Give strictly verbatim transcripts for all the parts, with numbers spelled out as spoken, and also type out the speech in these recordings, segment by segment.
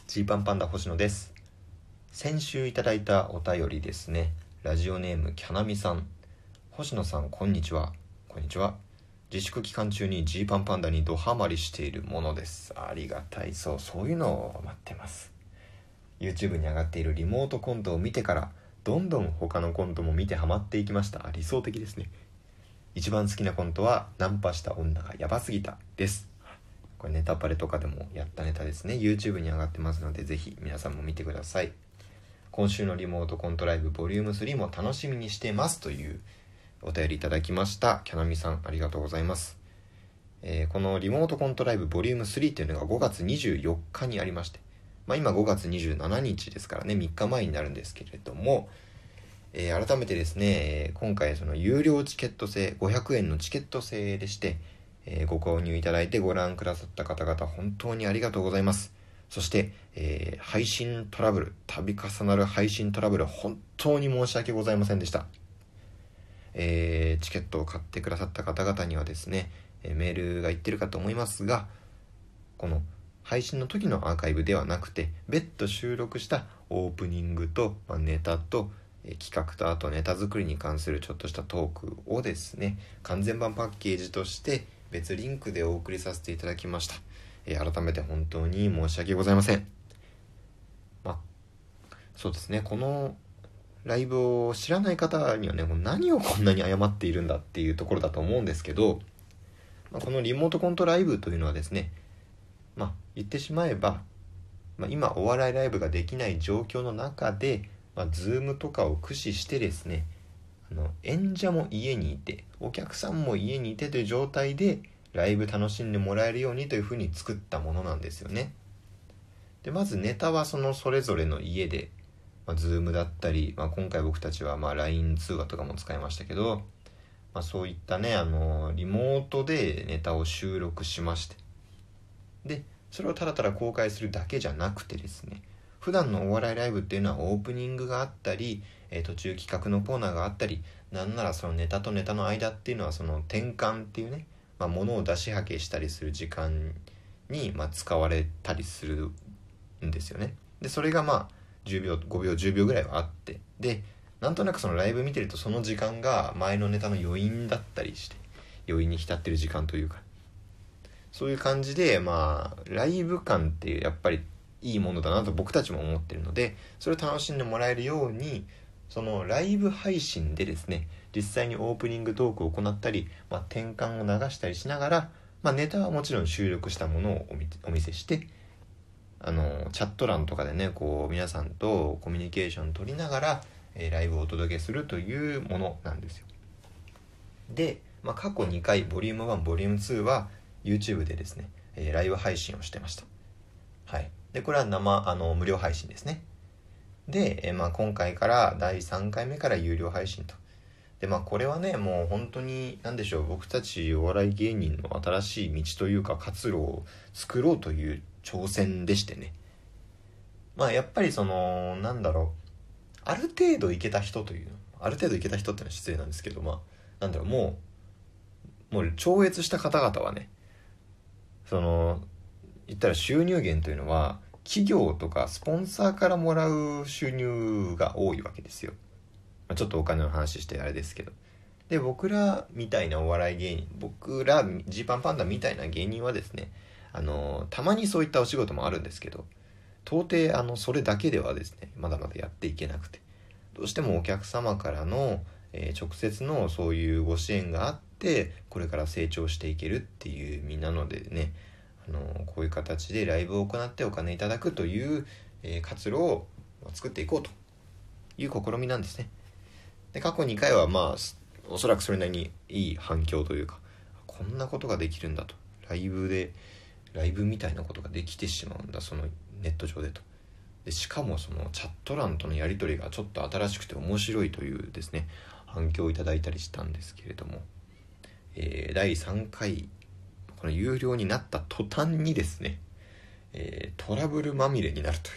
ジーパンパンダ星野です。先週いただいたお便りですね。ラジオネームキャナミさん。星野さん、こんにちは。こんにちは。自粛期間中にジーパンパンダにドハマりしているものです。ありがたい。そうそういうのを待ってます。 YouTube に上がっているリモートコントを見てからどんどん他のコントも見てハマっていきました。理想的ですね。一番好きなコントはナンパした女がヤバすぎたです。これネタパレとかでもやったネタですね。 YouTube に上がってますので、ぜひ皆さんも見てください。今週のリモートコントライブボリュームスリーも楽しみにしてますというお便りいただきました。キャナミさん、ありがとうございます。えー、このリモートコントライブボリュームスリーというのがごがつにじゅうよっかにありまして、まあ、今ごがつにじゅうしちにちですからね、みっかまえになるんですけれども、えー、改めてですね、今回その有料チケット制、ごひゃくえんのチケット制でして、えー、ご購入いただいてご覧くださった方々、本当にありがとうございます。そして、えー、配信トラブル、度重なる配信トラブル、本当に申し訳ございませんでした。えー、チケットを買ってくださった方々にはですね、えー、メールが言ってるかと思いますが、この配信の時のアーカイブではなくて、別途収録したオープニングと、まあ、ネタと、えー、企画と、あとネタ作りに関するちょっとしたトークをですね、完全版パッケージとして別リンクでお送りさせていただきました。えー、改めて本当に申し訳ございません。まあ、そうですね、このライブを知らない方にはね、もう何をこんなに謝っているんだっていうところだと思うんですけど、まあ、このリモートコントライブというのはですね、まあ言ってしまえば、まあ、今お笑いライブができない状況の中で、まあ、ズームとかを駆使してですね、あの演者も家にいてお客さんも家にいてという状態でライブ楽しんでもらえるようにというふうに作ったものなんですよね。でまずネタはそのそれぞれの家で、まあ、Zoom だったり、まあ、今回僕たちはまあ ライン 通話とかも使いましたけど、まあ、そういったね、あのリモートでネタを収録しまして、でそれをただただ公開するだけじゃなくてですね、普段のお笑いライブっていうのはオープニングがあったり、えー、途中企画のコーナーがあったり、なんならそのネタとネタの間っていうのはその転換っていうね、まあ、物を出しはけしたりする時間に、まあ、使われたりするんですよね。でそれがまあじゅうびょうごびょうじゅうびょうぐらいはあって、でなんとなくそのライブ見てるとその時間が前のネタの余韻だったりして、余韻に浸ってる時間というか、そういう感じで、まあライブ感っていうやっぱりいいものだなと僕たちも思ってるので、それを楽しんでもらえるように、そのライブ配信でですね、実際にオープニングトークを行ったり、まあ、転換を流したりしながら、まあ、ネタはもちろん収録したものをお見せして、あのチャット欄とかでね、こう皆さんとコミュニケーション取りながら、えー、ライブをお届けするというものなんですよ。で、まあ、過去にかいボリュームワンボリュームツーは YouTube でですね、えー、ライブ配信をしてました。はい。でこれは生あの無料配信ですね。で、えーまあ、今回からだいさんかいめから有料配信と。でまあこれはね、もう本当に何でしょう、僕たちお笑い芸人の新しい道というか活路を作ろうという挑戦でしてね。まあやっぱりそのなんだろう、ある程度いけた人という、ある程度いけた人ってのは失礼なんですけど、まあなんだろう、もうもう超越した方々はね、その言ったら収入源というのは企業とかスポンサーからもらう収入が多いわけですよ。まあ、ちょっとお金の話してあれですけど、で僕らみたいなお笑い芸人、僕らジーパンパンダみたいな芸人はですね、あのたまにそういったお仕事もあるんですけど、到底あのそれだけではですね、まだまだやっていけなくて、どうしてもお客様からの、えー、直接のそういうご支援があってこれから成長していけるっていう身なのでね、あのこういう形でライブを行ってお金いただくという、えー、活路を作っていこうという試みなんですね。で過去にかいはまあおそらくそれなりにいい反響というか、こんなことができるんだと、ライブでライブみたいなことができてしまうんだ、そのネット上でと。でしかもそのチャット欄とのやり取りがちょっと新しくて面白いというですね、反響をいただいたりしたんですけれども、えー、だいさんかいこの有料になった途端にですね、えー、トラブルまみれになるという、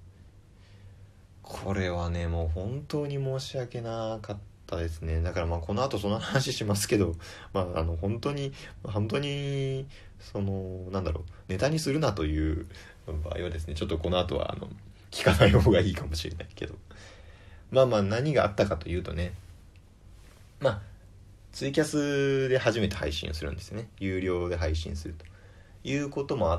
これはねもう本当に申し訳なかったですね。だからまあこの後その話しますけど、まああの本当に本当にそのなんだろう、ネタにするなという場合はですね、ちょっとこの後はあの聞かない方がいいかもしれないけど、まあまあ何があったかというとね、まあツイキャスで初めて配信をするんですよね。有料で配信するということもあって、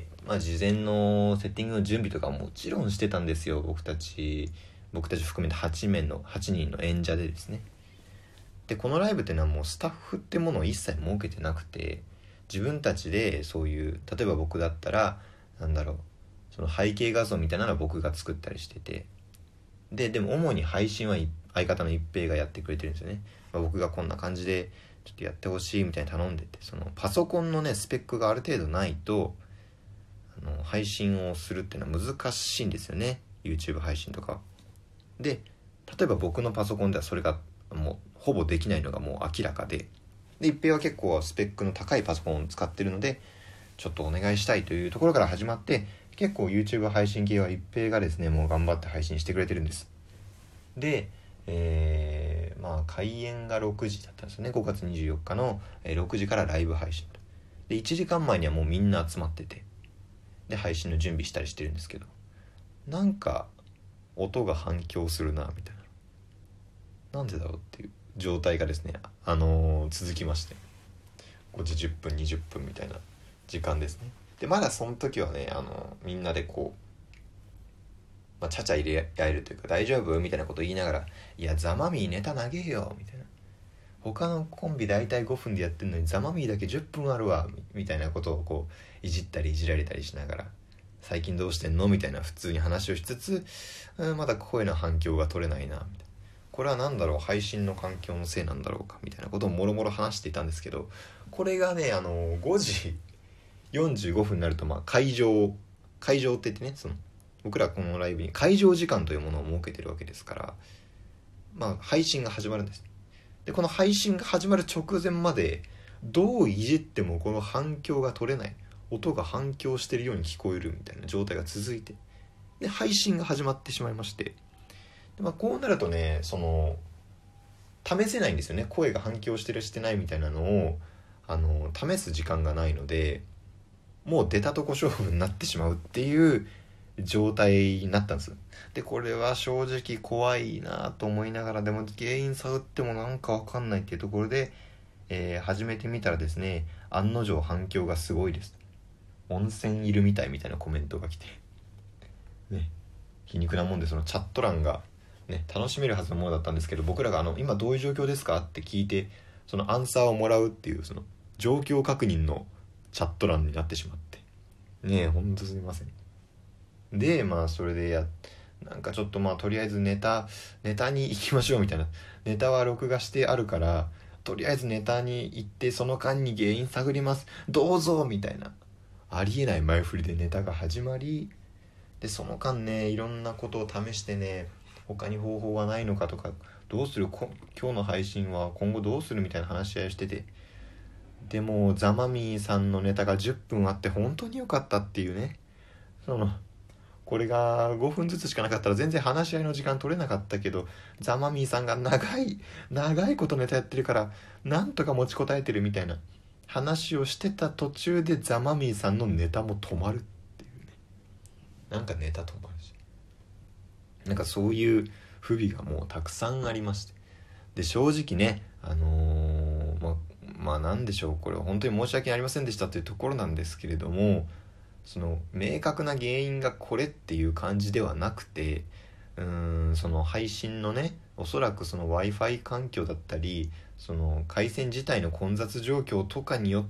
まあ事前のセッティングの準備とかもちろんしてたんですよ。僕たち僕たち含めてはちめいのはちにんの演者でですね。でこのライブっていうのはもうスタッフってものを一切設けてなくて、自分たちでそういう、例えば僕だったらなんだろう、その背景画像みたいなのは僕が作ったりしてて、ででも主に配信は相方の一平がやってくれてるんですよね。まあ、僕がこんな感じでちょっとやってほしいみたいに頼んでて、そのパソコンのねスペックがある程度ないとあの配信をするっていうのは難しいんですよね、 YouTube 配信とかで。例えば僕のパソコンではそれがもうほぼできないのがもう明らかで、で一平は結構スペックの高いパソコンを使ってるのでちょっとお願いしたいというところから始まって、結構 YouTube 配信系は一平がですねもう頑張って配信してくれてるんです。で、えー、まあ開演がろくじだったんですよね。ごがつにじゅうよっかのろくじからライブ配信で、いちじかんまえにはもうみんな集まってて、で配信の準備したりしてるんですけど、なんか音が反響するなみたいな、なんでだろうっていう状態がですね、あのー、続きまして、ごじじゅっぷんにじゅっぷんみたいな時間ですね。でまだその時はね、あのみんなでこう、まあ、ちゃちゃ入れ合えるというか、大丈夫みたいなこと言いながら、いやザマミーネタ投げよみたいな、他のコンビ大体ごふんでやってんのにザマミーだけじゅっぷんあるわみたいなことをこういじったりいじられたりしながら、最近どうしてんのみたいな普通に話をしつつ、うん、まだ声の反響が取れないなみたいな、これは何だろう、配信の環境のせいなんだろうかみたいなことをもろもろ話していたんですけど、これがね、あのごじよんじゅうごふんになると、まあ会場会場って言ってね、その僕らこのライブに会場時間というものを設けてるわけですから、まあ配信が始まるんです。でこの配信が始まる直前までどういじってもこの反響が取れない、音が反響してるように聞こえるみたいな状態が続いて、で配信が始まってしまいまして、で、まあ、こうなるとね、その試せないんですよね。声が反響してるしてないみたいなのをあの試す時間がないので、もう出たとこ勝負になってしまうっていう状態になったんです。でこれは正直怖いなと思いながら、でも原因探ってもなんか分かんないっていうところで、えー、始めてみたらですね、案の定反響がすごいです。温泉いるみたいみたいなコメントが来てね、皮肉なもんでそのチャット欄がね楽しめるはずのものだったんですけど、僕らがあの今どういう状況ですかって聞いて、そのアンサーをもらうっていうその状況確認のチャット欄になってしまってねえ、ほんとすみません。でまあそれでやなんかちょっとまあとりあえずネタネタに行きましょうみたいな、ネタは録画してあるからとりあえずネタに行ってその間に原因探りますどうぞみたいな、ありえない前振りでネタが始まり、でその間ねいろんなことを試してね、他に方法はないのかとか、どうするこ今日の配信は今後どうするみたいな話し合いをしてて、でもザマミーさんのネタがじゅっぷんあって本当に良かったっていうね、そのこれがごふんずつしかなかったら全然話し合いの時間取れなかったけど、ザマミーさんが長い長いことネタやってるからなんとか持ちこたえてるみたいな話をしてた途中でザマミーさんのネタも止まるっていうね、なんかネタ止まるし、なんかそういう不備がもうたくさんありまして、で正直ね、あのー、まあまあなんでしょう、これは本当に申し訳ありませんでしたというところなんですけれども、その明確な原因がこれっていう感じではなくて、うーんその配信のね、おそらくその Wi-Fi 環境だったり、その回線自体の混雑状況とかによって、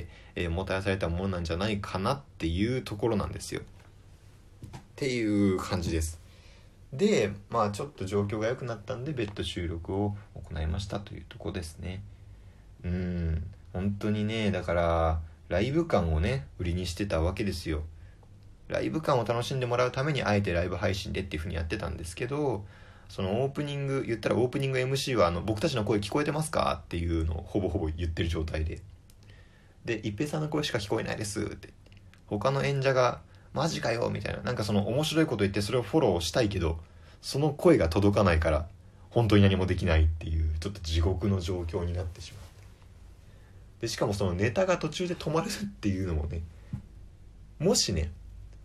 えー、もたらされたものなんじゃないかなっていうところなんですよっていう感じです。でまあちょっと状況が良くなったんで別途収録を行いましたというところですね。うーん本当にね、だからライブ感をね売りにしてたわけですよ。ライブ感を楽しんでもらうためにあえてライブ配信でっていう風にやってたんですけど、そのオープニング言ったらオープニング エムシー はあの僕たちの声聞こえてますかっていうのをほぼほぼ言ってる状態で、で一平さんの声しか聞こえないですって、他の演者がマジかよみたいな、なんかその面白いこと言ってそれをフォローしたいけどその声が届かないから本当に何もできないっていうちょっと地獄の状況になってしまう。でしかもそのネタが途中で止まるっていうのもね、もしね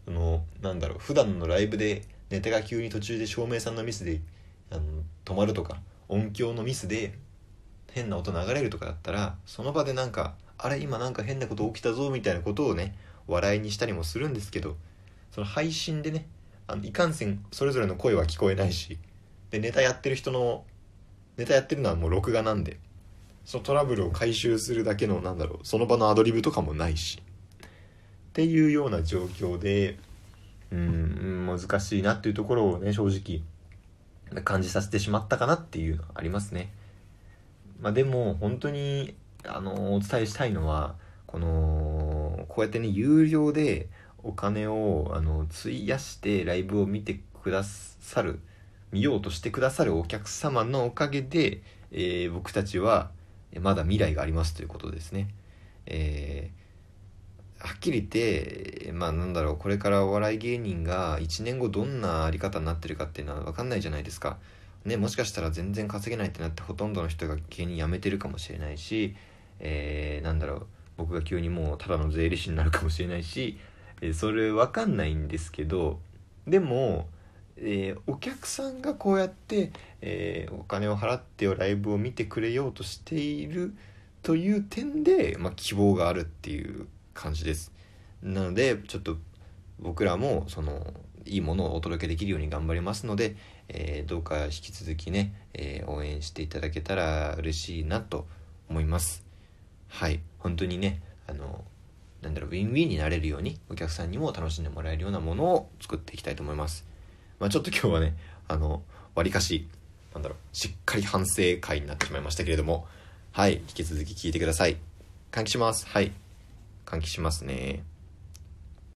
そのなんだろう普段のライブでネタが急に途中で照明さんのミスであの止まるとか音響のミスで変な音流れるとかだったらその場でなんかあれ今なんか変なこと起きたぞみたいなことをね笑いにしたりもするんですけど、その配信でねあのいかんせんそれぞれの声は聞こえないし、でネタやってる人のネタやってるのはもう録画なんで、そのトラブルを回収するだけのなんだろうその場のアドリブとかもないしっていうような状況で、うーん難しいなっていうところをね正直感じさせてしまったかなっていうのはありますね。まあでも本当にあのお伝えしたいのはこのこうやってね有料でお金をあの費やしてライブを見てくださる見ようとしてくださるお客様のおかげで、えー僕たちはまだ未来がありますということですね。えーはっきり言ってまあなんだろうこれからお笑い芸人がいちねんごどんなあり方になってるかっていうのは分かんないじゃないですかね。もしかしたら全然稼げないってなってほとんどの人が芸人辞めてるかもしれないし、えー、なんだろう僕が急にもうただの税理士になるかもしれないし、えーそれ分かんないんですけど、でも、えーお客さんがこうやって、えーお金を払ってライブを見てくれようとしているという点で、まあ、希望があるっていう感じです。なのでちょっと僕らもそのいいものをお届けできるように頑張りますので、えーどうか引き続きね、えー応援していただけたら嬉しいなと思います。はい、本当にねあのなんだろうウィンウィンになれるようにお客さんにも楽しんでもらえるようなものを作っていきたいと思います。まあ、ちょっと今日はねあのわりかしなんだろうしっかり反省会になってしまいましたけれども、はい引き続き聞いてください。換気します。はい換気しますね。